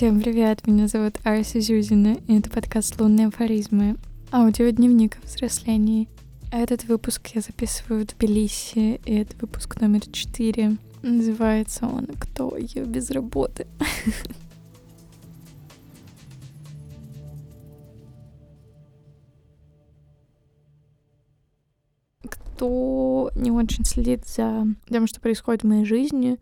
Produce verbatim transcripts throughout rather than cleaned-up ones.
Всем привет, меня зовут Арси Зюзина, и это подкаст «Лунные афоризмы», аудиодневник о взрослении. Этот выпуск я записываю в Тбилиси, и это выпуск номер четыре. Называется он «Кто я без работы?». Кто не очень следит за тем, что происходит в моей жизни,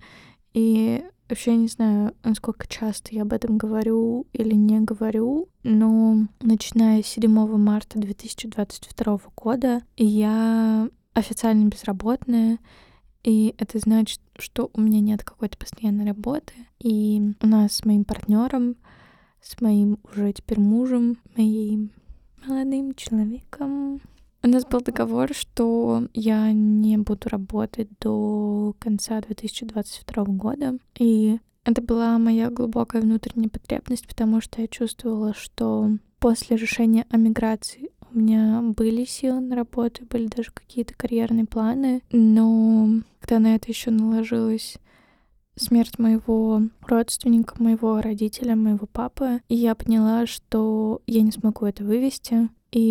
и вообще я не знаю, насколько часто я об этом говорю или не говорю, но начиная с седьмого марта две тысячи двадцать второго года я официально безработная, и это значит, что у меня нет какой-то постоянной работы, и у нас с моим партнером, с моим уже теперь мужем, моим молодым человеком, у нас был договор, что я не буду работать до конца две тысячи двадцать второго года. И это была моя глубокая внутренняя потребность, потому что я чувствовала, что после решения о миграции у меня были силы на работу, были даже какие-то карьерные планы. Но когда на это еще наложилась смерть моего родственника, моего родителя, моего папы, и я поняла, что я не смогу это вывести.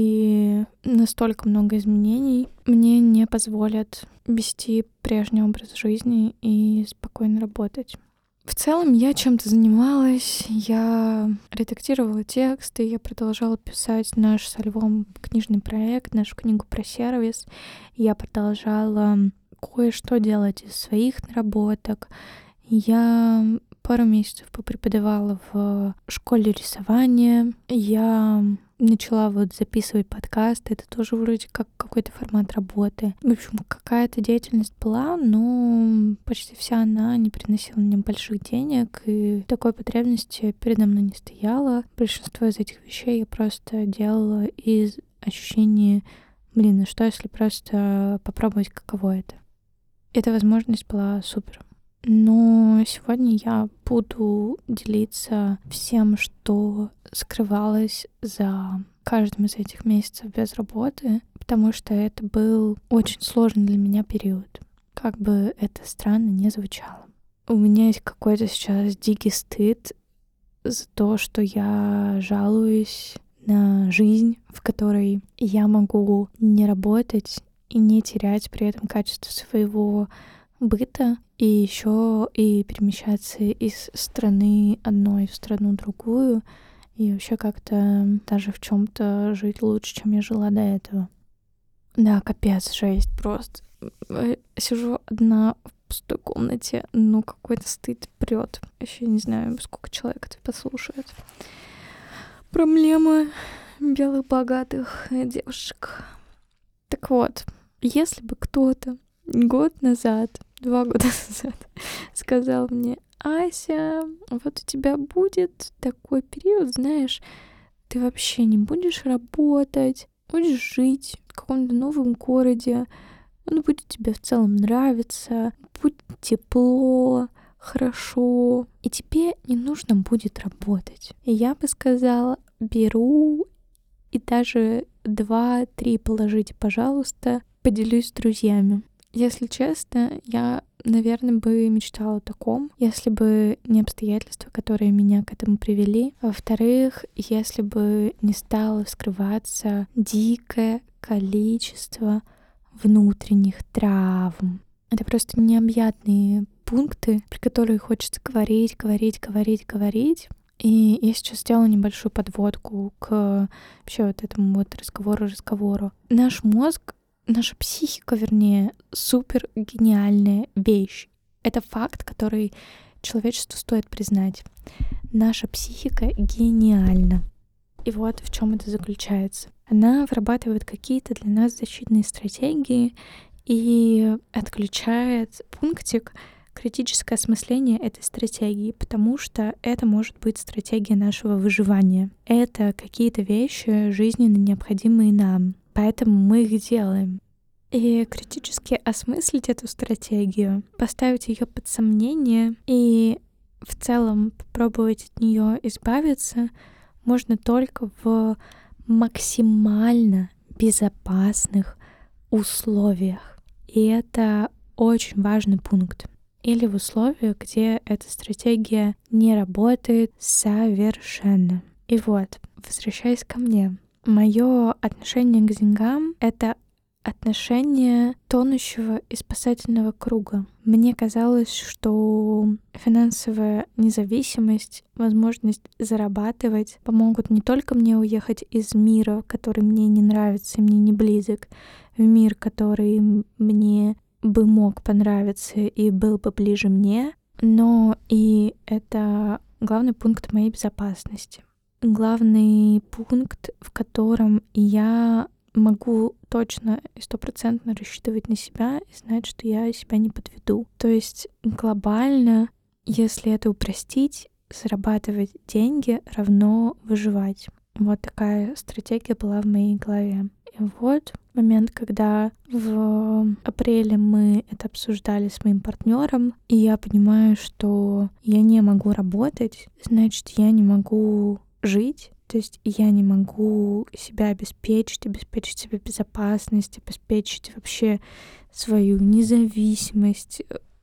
И настолько много изменений мне не позволят вести прежний образ жизни и спокойно работать. В целом я чем-то занималась, я редактировала тексты, я продолжала писать наш со Львом книжный проект, нашу книгу про сервис. Я продолжала кое-что делать из своих наработок. Я пару месяцев попреподавала в школе рисования. Я начала вот записывать подкасты. Это тоже вроде как какой-то формат работы. В общем, какая-то деятельность была, но почти вся она не приносила мне больших денег, и такой потребности передо мной не стояло. Большинство из этих вещей я просто делала из ощущения, блин, а что если просто попробовать, каково это? Эта возможность была супер. Но сегодня я буду делиться всем, что скрывалось за каждым из этих месяцев без работы, потому что это был очень сложный для меня период, как бы это странно не звучало. У меня есть какой-то сейчас дикий стыд за то, что я жалуюсь на жизнь, в которой я могу не работать и не терять при этом качество своего быта, и еще и перемещаться из страны одной в страну другую, и вообще как-то даже в чем-то жить лучше, чем я жила до этого. Да, капец, жесть просто. Сижу одна в пустой комнате, но какой-то стыд прет. Вообще не знаю, сколько человек это послушает. Проблемы белых богатых девушек. Так вот, если бы кто-то год назад, два года назад сказал мне: Ася, вот у тебя будет такой период, знаешь, ты вообще не будешь работать, будешь жить в каком-то новом городе, он будет тебе в целом нравиться, будет тепло, хорошо, и тебе не нужно будет работать. И я бы сказала: беру, и даже два-три положите, пожалуйста, поделюсь с друзьями. Если честно, я, наверное, бы мечтала о таком, если бы не обстоятельства, которые меня к этому привели. Во-вторых, если бы не стало вскрываться дикое количество внутренних травм. Это просто необъятные пункты, про которые хочется говорить, говорить, говорить, говорить. И я сейчас сделала небольшую подводку к вообще вот этому вот разговору-разговору. Наш мозг, наша психика, вернее, супер гениальная вещь. Это факт, который человечеству стоит признать. Наша психика гениальна. И вот в чем это заключается. Она вырабатывает какие-то для нас защитные стратегии и отключает пунктик критическое осмысление этой стратегии, потому что это может быть стратегия нашего выживания. Это какие-то вещи жизненно необходимые нам. Поэтому мы их делаем. И критически осмыслить эту стратегию, поставить ее под сомнение и в целом попробовать от нее избавиться можно только в максимально безопасных условиях. И это очень важный пункт. или в условиях, где эта стратегия не работает совершенно. И вот, возвращаясь ко мне, мое отношение к деньгам — это отношение тонущего и спасательного круга. Мне казалось, что финансовая независимость, возможность зарабатывать помогут не только мне уехать из мира, который мне не нравится и мне не близок, в мир, который мне бы мог понравиться и был бы ближе мне, но и это главный пункт моей безопасности. Главный пункт, в котором я могу точно и стопроцентно рассчитывать на себя и знать, что я себя не подведу. То есть глобально, если это упростить, зарабатывать деньги равно выживать. Вот такая стратегия была в моей голове. И вот момент, когда в апреле мы это обсуждали с моим партнером, и я понимаю, что я не могу работать, значит, я не могу жить. То есть я не могу себя обеспечить, обеспечить себе безопасность, обеспечить вообще свою независимость.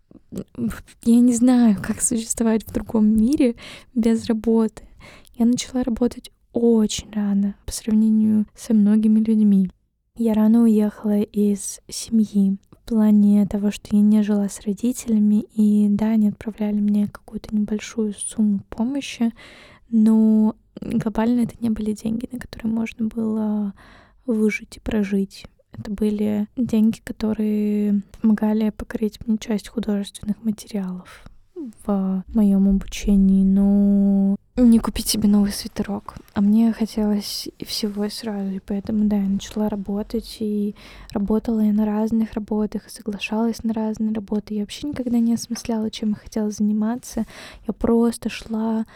Я не знаю, как существовать в другом мире без работы. Я начала работать очень рано по сравнению со многими людьми. Я рано уехала из семьи в плане того, что я не жила с родителями, и да, они отправляли мне какую-то небольшую сумму помощи, но глобально это не были деньги, на которые можно было выжить и прожить. Это были деньги, которые помогали покрыть мне часть художественных материалов в моем обучении, но не купить себе новый свитерок. А мне хотелось и всего и сразу, и поэтому, да, я начала работать, и работала я на разных работах, и соглашалась на разные работы. Я вообще никогда не осмысляла, чем я хотела заниматься. Я просто шла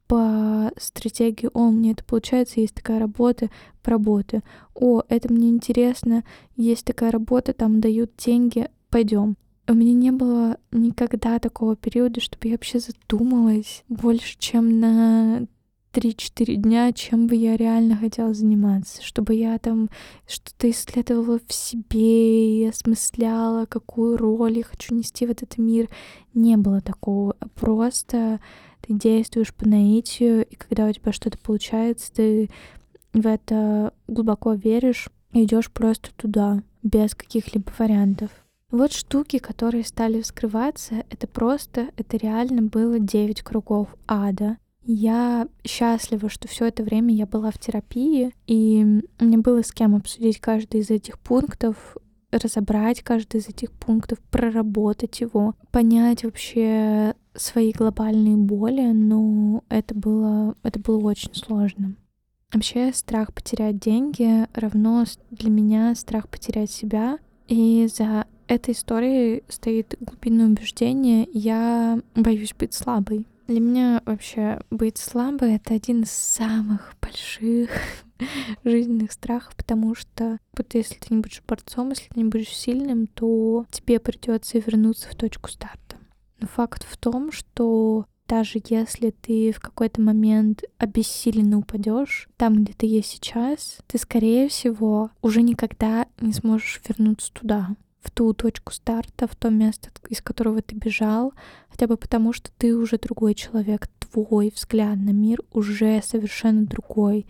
по стратегии: о, мне это получается, есть такая работа, поработаю. О, это мне интересно, есть такая работа, там дают деньги, пойдем. У меня не было никогда такого периода, чтобы я вообще задумалась больше, чем на три-четыре дня, чем бы я реально хотела заниматься, чтобы я там что-то исследовала в себе и осмысляла, какую роль я хочу нести в этот мир. Не было такого. Просто ты действуешь по наитию, и когда у тебя что-то получается, ты в это глубоко веришь и идешь просто туда, без каких-либо вариантов. Вот штуки, которые стали вскрываться, это просто, это реально было девять кругов ада. Я счастлива, что все это время я была в терапии, и мне было с кем обсудить каждый из этих пунктов, разобрать каждый из этих пунктов, проработать его, понять вообще свои глобальные боли, но это было, это было очень сложно. Вообще страх потерять деньги равно для меня страх потерять себя, и за этой историей стоит глубинное убеждение: я боюсь быть слабой. Для меня вообще быть слабой — это один из самых больших жизненных страхов, потому что будто если ты не будешь борцом, если ты не будешь сильным, то тебе придется вернуться в точку старта. Но факт в том, что даже если ты в какой-то момент обессиленно упадешь там, где ты есть сейчас, ты, скорее всего, уже никогда не сможешь вернуться туда, в ту точку старта, в то место, из которого ты бежал, хотя бы потому, что ты уже другой человек, твой взгляд на мир уже совершенно другой.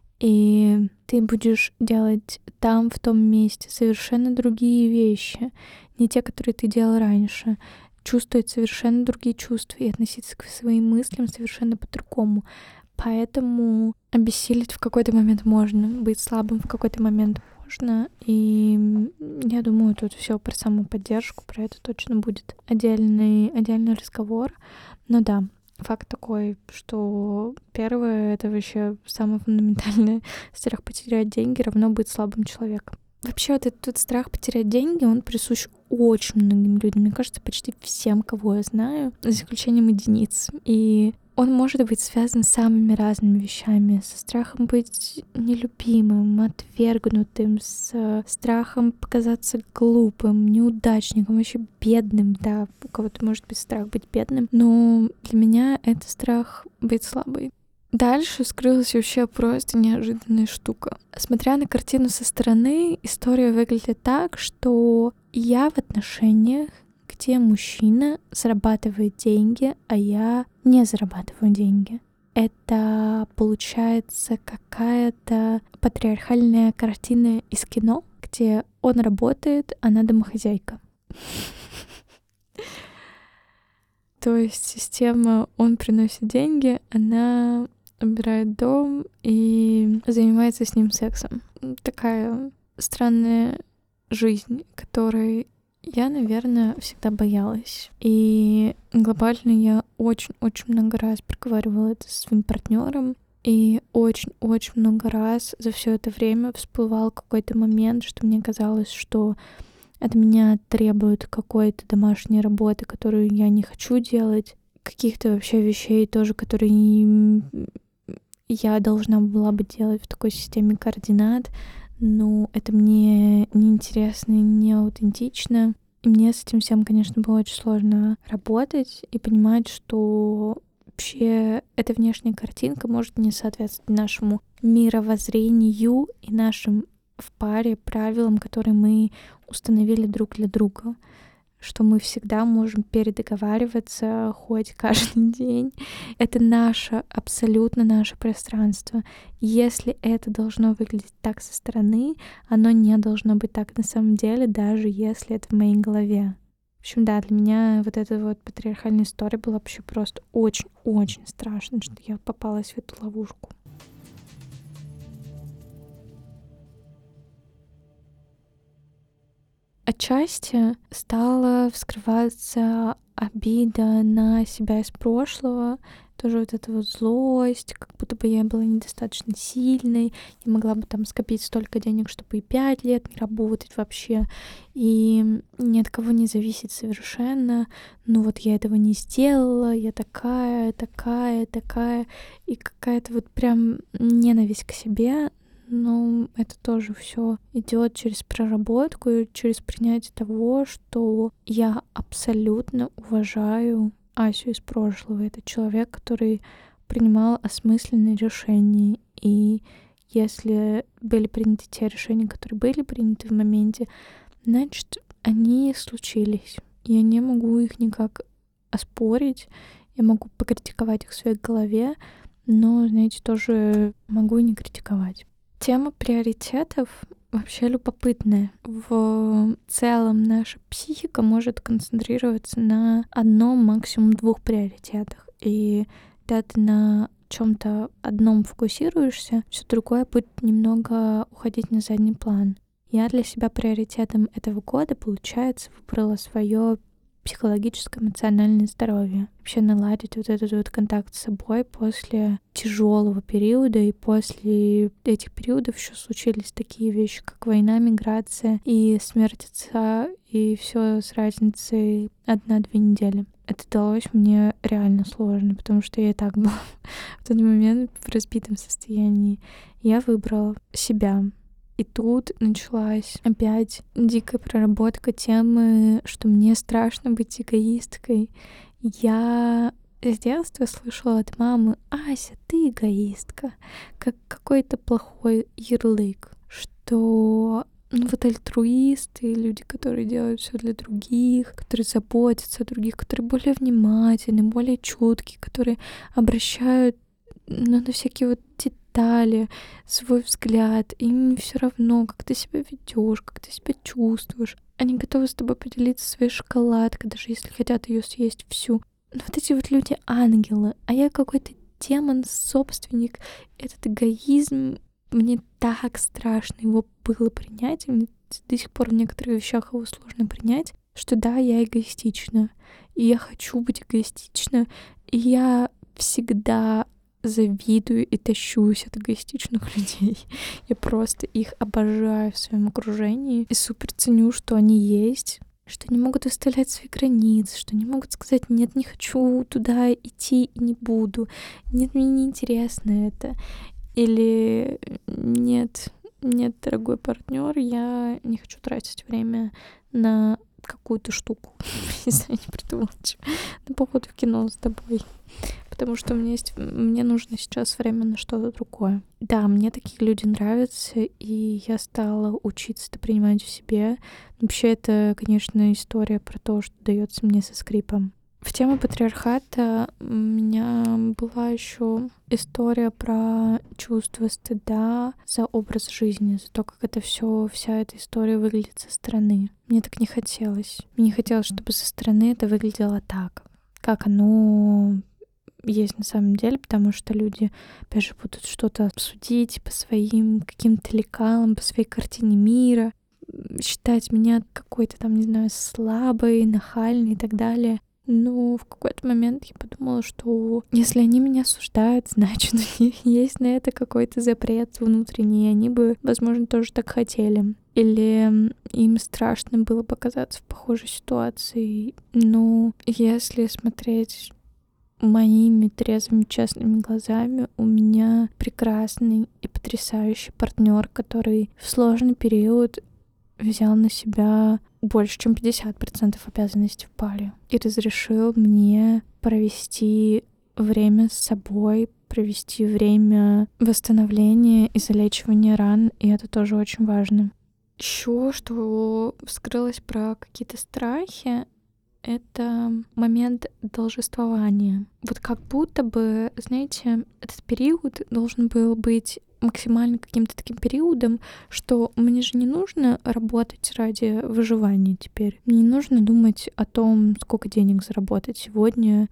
И ты будешь делать там, в том месте, совершенно другие вещи, не те, которые ты делал раньше, чувствовать совершенно другие чувства и относиться к своим мыслям совершенно по-другому. Поэтому обессилить в какой-то момент можно, быть слабым в какой-то момент можно. И я думаю, тут все про самоподдержку, про это точно будет отдельный, отдельный разговор. Но да, факт такой, что первое — это вообще самое фундаментальное. Страх потерять деньги равно быть слабым человеком. Вообще вот этот страх потерять деньги, он присущ очень многим людям. Мне кажется, почти всем, кого я знаю, за исключением единиц. И он может быть связан с самыми разными вещами. Со страхом быть нелюбимым, отвергнутым, с страхом показаться глупым, неудачником, вообще бедным. Да, у кого-то может быть страх быть бедным. Но для меня это страх быть слабой. Дальше скрылась вообще просто неожиданная штука. Смотря на картину со стороны, история выглядит так, что я в отношениях, где мужчина зарабатывает деньги, а я не зарабатываю деньги. Это получается какая-то патриархальная картина из кино, где он работает, она домохозяйка. То есть система «он приносит деньги», она убирает дом и занимается с ним сексом. Такая странная жизнь, которой я, наверное, всегда боялась. И глобально я очень-очень много раз проговаривала это со своим партнером. И очень-очень много раз за все это время всплывал какой-то момент, что мне казалось, что от меня требуют какой-то домашней работы, которую я не хочу делать, каких-то вообще вещей тоже, которые я должна была бы делать в такой системе координат, но это мне неинтересно и не аутентично. И мне с этим всем, конечно, было очень сложно работать и понимать, что вообще эта внешняя картинка может не соответствовать нашему мировоззрению и нашим в паре правилам, которые мы установили друг для друга, что мы всегда можем передоговариваться хоть каждый день. Это наше, абсолютно наше пространство. Если это должно выглядеть так со стороны, оно не должно быть так на самом деле, даже если это в моей голове. В общем, да, для меня вот эта вот патриархальная история была вообще просто очень-очень страшно, что я попалась в эту ловушку. Отчасти стала вскрываться обида на себя из прошлого, тоже вот эта вот злость, как будто бы я была недостаточно сильной, я могла бы там скопить столько денег, чтобы и пять лет не работать вообще, и ни от кого не зависеть совершенно, но вот я этого не сделала, я такая, такая, такая, и какая-то вот прям ненависть к себе. Но это тоже все идет через проработку и через принятие того, что я абсолютно уважаю Асю из прошлого. Это человек, который принимал осмысленные решения. И если были приняты те решения, которые были приняты в моменте, значит, они случились. Я не могу их никак оспорить. Я могу покритиковать их в своей голове, но, знаете, тоже могу и не критиковать. Тема приоритетов вообще любопытная. В целом наша психика может концентрироваться на одном, максимум двух приоритетах. И когда ты на чем-то одном фокусируешься, все другое будет немного уходить на задний план. Я для себя приоритетом этого года, получается, выбрала свое психологическое, эмоциональное здоровье. Вообще наладить вот этот вот контакт с собой после тяжелого периода, и после этих периодов еще случились такие вещи, как война, миграция и смерть отца, и все с разницей одна-две недели. Это далось мне реально сложно, потому что я и так была в тот момент в разбитом состоянии. Я выбрала себя. И тут началась опять дикая проработка темы, что мне страшно быть эгоисткой. Я с детства слышала от мамы: «Ася, ты эгоистка», как какой-то плохой ярлык, что ну вот альтруисты, люди, которые делают все для других, которые заботятся о других, которые более внимательны, более чуткие, которые обращают ну, на всякие вот детали, свой взгляд, им все равно, как ты себя ведешь, как ты себя чувствуешь. Они готовы с тобой поделиться своей шоколадкой, даже если хотят ее съесть всю. Но вот эти вот люди ангелы, а я какой-то демон, собственник. Этот эгоизм, мне так страшно его было принять, и мне до сих пор в некоторых вещах его сложно принять, что да, я эгоистична, и я хочу быть эгоистична, и я всегда завидую и тащусь от эгоистичных людей. Я просто их обожаю в своем окружении и супер ценю, что они есть, что они могут выставлять свои границы, что они могут сказать: нет, не хочу туда идти и не буду, нет, мне не интересно это, или нет, нет, дорогой партнер, я не хочу тратить время на какую-то штуку, если я не придумала, на поход в кино с тобой. потому что у меня есть, мне нужно сейчас время на что-то другое. Да, мне такие люди нравятся, и я стала учиться это принимать в себе. Вообще, это, конечно, история про то, что дается мне со скрипом. В тему патриархата у меня была еще история про чувство стыда за образ жизни, за то, как это все, вся эта история выглядит со стороны. Мне так не хотелось. Мне не хотелось, чтобы со стороны это выглядело так, как оно есть на самом деле, потому что люди, опять же, будут что-то судить по своим каким-то лекалам, по своей картине мира, считать меня какой-то там, не знаю, слабой, нахальной и так далее. Но в какой-то момент я подумала, что если они меня осуждают, значит, у них есть на это какой-то запрет внутренний, и они бы, возможно, тоже так хотели. Или им страшно было показаться в похожей ситуации. Но если смотреть моими трезвыми, честными глазами, у меня прекрасный и потрясающий партнер, который в сложный период взял на себя больше, чем пятьдесят процентов обязанностей в паре и разрешил мне провести время с собой, провести время восстановления и залечивания ран, и это тоже очень важно. Еще что вскрылось про какие-то страхи, это момент должествования. Вот как будто бы, знаете, этот период должен был быть максимально каким-то таким периодом, что мне же не нужно работать ради выживания теперь. Мне не нужно думать о том, сколько денег заработать сегодня,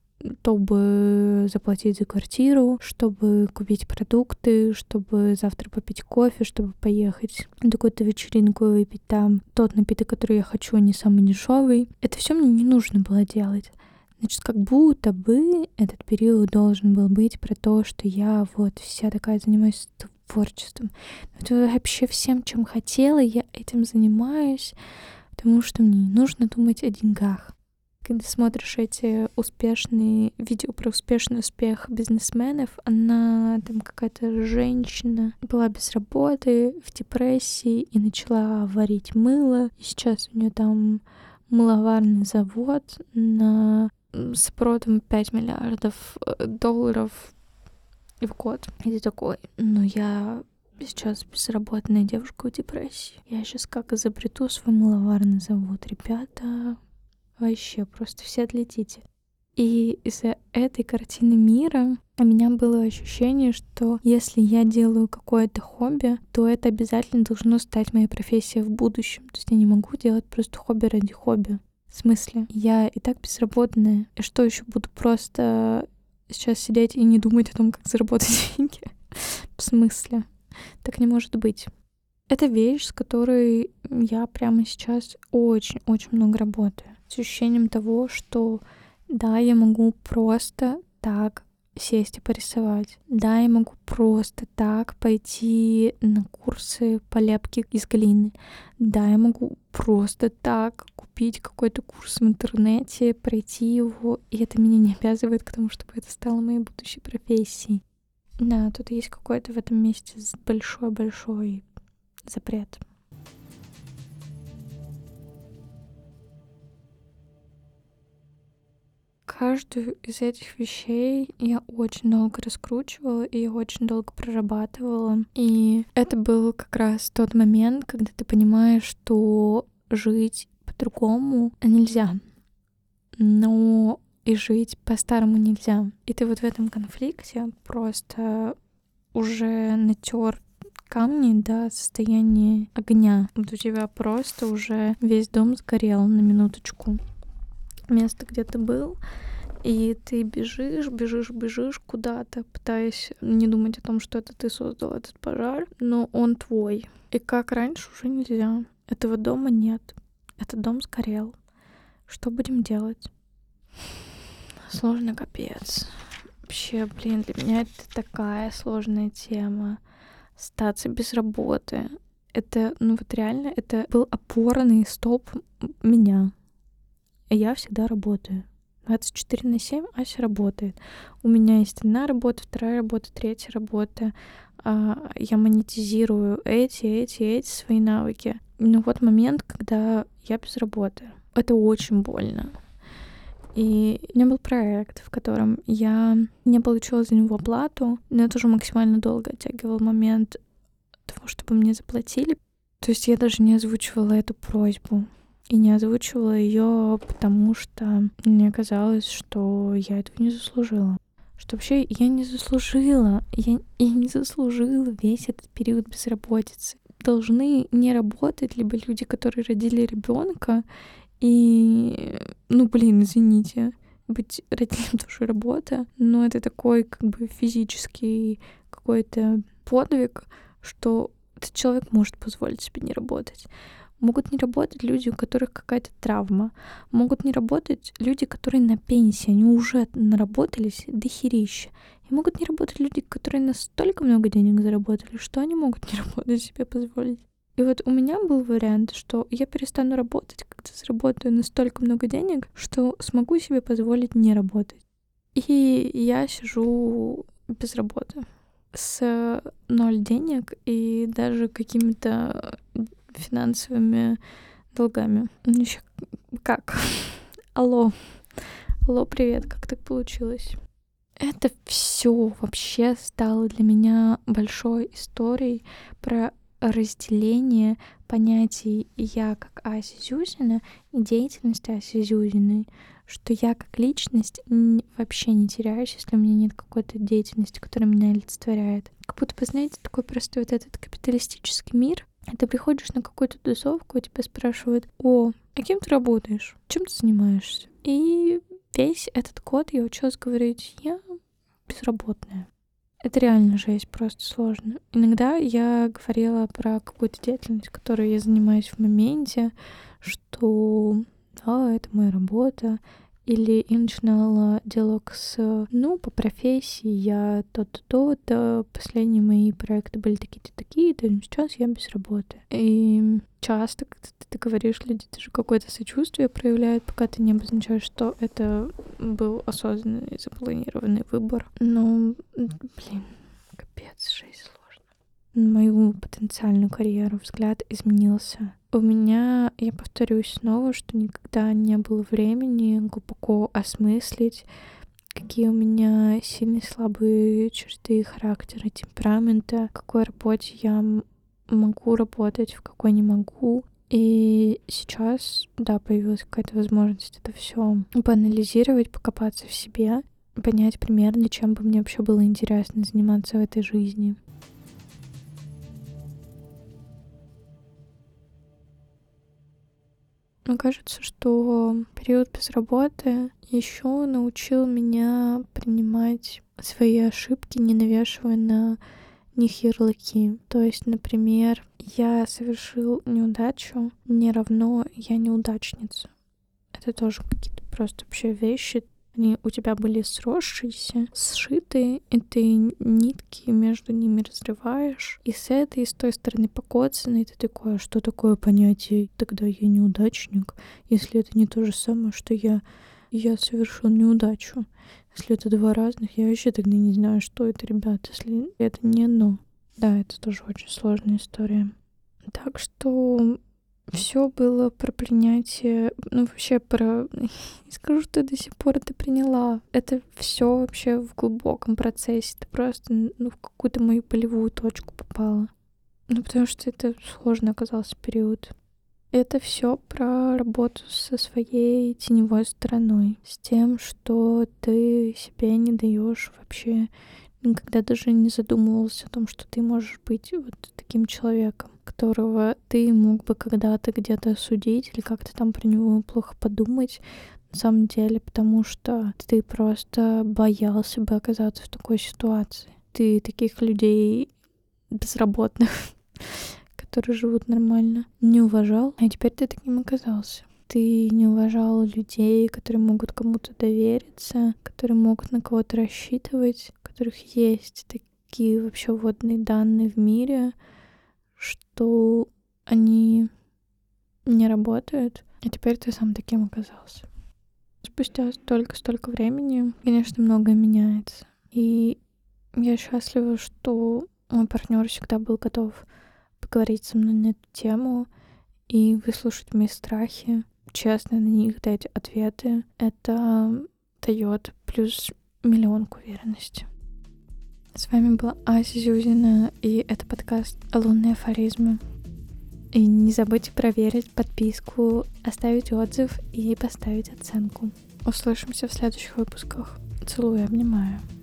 чтобы заплатить за квартиру, чтобы купить продукты, чтобы завтра попить кофе, чтобы поехать на какую-то вечеринку и выпить там тот напиток, который я хочу, а не самый дешевый. Это все мне не нужно было делать. Значит, как будто бы этот период должен был быть про то, что я вот вся такая занимаюсь творчеством. Это вообще всем, чем хотела, я этим занимаюсь, потому что мне не нужно думать о деньгах. Когда смотришь эти успешные видео про успешный успех бизнесменов, она там какая-то женщина была без работы, в депрессии и начала варить мыло. И сейчас у нее там мыловарный завод на с оборотом пять миллиардов долларов в год. И ты такой, ну я сейчас безработная девушка в депрессии. Я сейчас как изобрету свой мыловарный завод. Ребята, вообще просто все отлетите. И из-за этой картины мира у меня было ощущение, что если я делаю какое-то хобби, то это обязательно должно стать моей профессией в будущем. То есть я не могу делать просто хобби ради хобби. В смысле? Я и так безработная. И что еще буду просто сейчас сидеть и не думать о том, как заработать деньги? В смысле? Так не может быть. Это вещь, с которой я прямо сейчас очень-очень много работаю. С ощущением того, что да, я могу просто так сесть и порисовать. Да, я могу просто так пойти на курсы по лепке из глины. Да, я могу просто так купить какой-то курс в интернете, пройти его, и это меня не обязывает к тому, чтобы это стало моей будущей профессией. Да, тут есть какой-то в этом месте большой-большой запрет. Каждую из этих вещей я очень долго раскручивала и очень долго прорабатывала. И это был как раз тот момент, когда ты понимаешь, что жить по-другому нельзя. Но и жить по-старому нельзя. И ты вот в этом конфликте просто уже натер камни до состояния огня. Вот у тебя просто уже весь дом сгорел на минуточку. Место, где ты был, и ты бежишь, бежишь, бежишь куда-то, пытаясь не думать о том, что это ты создал этот пожар, но он твой. И как раньше уже нельзя. Этого дома нет. Этот дом сгорел. Что будем делать? Сложный капец. Вообще, блин, для меня это такая сложная тема. Остаться без работы. Это, ну вот реально, это был опорный столб меня. Я всегда работаю. двадцать четыре на семь Ася работает. У меня есть одна работа, вторая работа, третья работа. Я монетизирую эти, эти, эти свои навыки. Но вот момент, когда я без работы. Это очень больно. И у меня был проект, в котором я не получила за него оплату, но это уже максимально долго оттягивал момент того, чтобы мне заплатили. То есть я даже не озвучивала эту просьбу. И не озвучивала ее, потому что мне казалось, что я этого не заслужила. Что вообще я не заслужила. Я, я не заслужила весь этот период безработицы. Должны не работать либо люди, которые родили ребенка, и, ну, блин, извините, быть родителем тоже работа, но это такой как бы физический какой-то подвиг, что этот человек может позволить себе не работать. Могут не работать люди, у которых какая-то травма. Могут не работать люди, которые на пенсии, они уже наработались дохерища. И могут не работать люди, которые настолько много денег заработали, что они могут не работать, себе позволить. И вот у меня был вариант, что я перестану работать, когда заработаю настолько много денег, что смогу себе позволить не работать. И я сижу без работы с ноль денег и даже какими-то финансовыми долгами. Ну, ещё как? Алло. Алло, привет, как так получилось? Это все вообще стало для меня большой историей про разделение понятий я как Ася Зюзина и деятельности Аси Зюзиной, что я как личность н- вообще не теряюсь, если у меня нет какой-то деятельности, которая меня олицетворяет. Как будто бы, знаете, такой просто вот этот капиталистический мир, и ты приходишь на какую-то тусовку, и тебя спрашивают: о, а кем ты работаешь? Чем ты занимаешься? И весь этот год я училась говорить: я безработная. Это реально жесть, просто сложно. Иногда я говорила про какую-то деятельность, которой я занимаюсь в моменте, что да, это моя работа. Или я начинала диалог с, ну, по профессии я то-то, то-то, последние мои проекты были такие-то, такие-то, но сейчас я без работы. И часто, когда ты говоришь, люди даже какое-то сочувствие проявляют, пока ты не обозначаешь, что это был осознанный, запланированный выбор. Но, блин, капец, жизнь сложно. На мою потенциальную карьеру взгляд изменился. У меня, я повторюсь снова, что никогда не было времени глубоко осмыслить, какие у меня сильные слабые черты характера, темперамента, в какой работе я м- могу работать, в какой не могу. И сейчас, да, появилась какая-то возможность это все поанализировать, покопаться в себе, понять примерно, чем бы мне вообще было интересно заниматься в этой жизни. Мне кажется, что период без работы еще научил меня принимать свои ошибки, не навешивая на них ярлыки. То есть, например, я совершил неудачу, не равно я неудачница. Это тоже какие-то просто вообще вещи. Они у тебя были сросшиеся, сшитые, и ты нитки между ними разрываешь. И с этой, и с той стороны покоцанной ты такое, что такое понятие «тогда я неудачник», если это не то же самое, что я, я совершил неудачу. Если это два разных, я вообще тогда не знаю, что это, ребята, если это не оно. Да, это тоже очень сложная история. Так что все было про принятие, ну вообще про... Не скажу, что я до сих пор это приняла. Это все вообще в глубоком процессе. Ты просто, ну, в какую-то мою болевую точку попала. Ну, потому что это сложно оказался период. Это все про работу со своей теневой стороной. С тем, что ты себе не даешь вообще никогда даже не задумывался о том, что ты можешь быть вот таким человеком, которого ты мог бы когда-то где-то осудить или как-то там про него плохо подумать, на самом деле, потому что ты просто боялся бы оказаться в такой ситуации. Ты таких людей безработных, которые живут нормально, не уважал, а теперь ты таким оказался. Ты не уважал людей, которые могут кому-то довериться, которые могут на кого-то рассчитывать, у которых есть такие вообще вводные данные в мире, что они не работают, а теперь ты сам таким оказался. Спустя столько-столько времени, конечно, многое меняется. И я счастлива, что мой партнер всегда был готов поговорить со мной на эту тему и выслушать мои страхи. честно на них дать ответы, это дает плюс миллионку уверенности. С вами была Ася Зюзина, и это подкаст «Лунные афоризмы». И не забудьте проверить подписку, оставить отзыв и поставить оценку. Услышимся в следующих выпусках. Целую и обнимаю.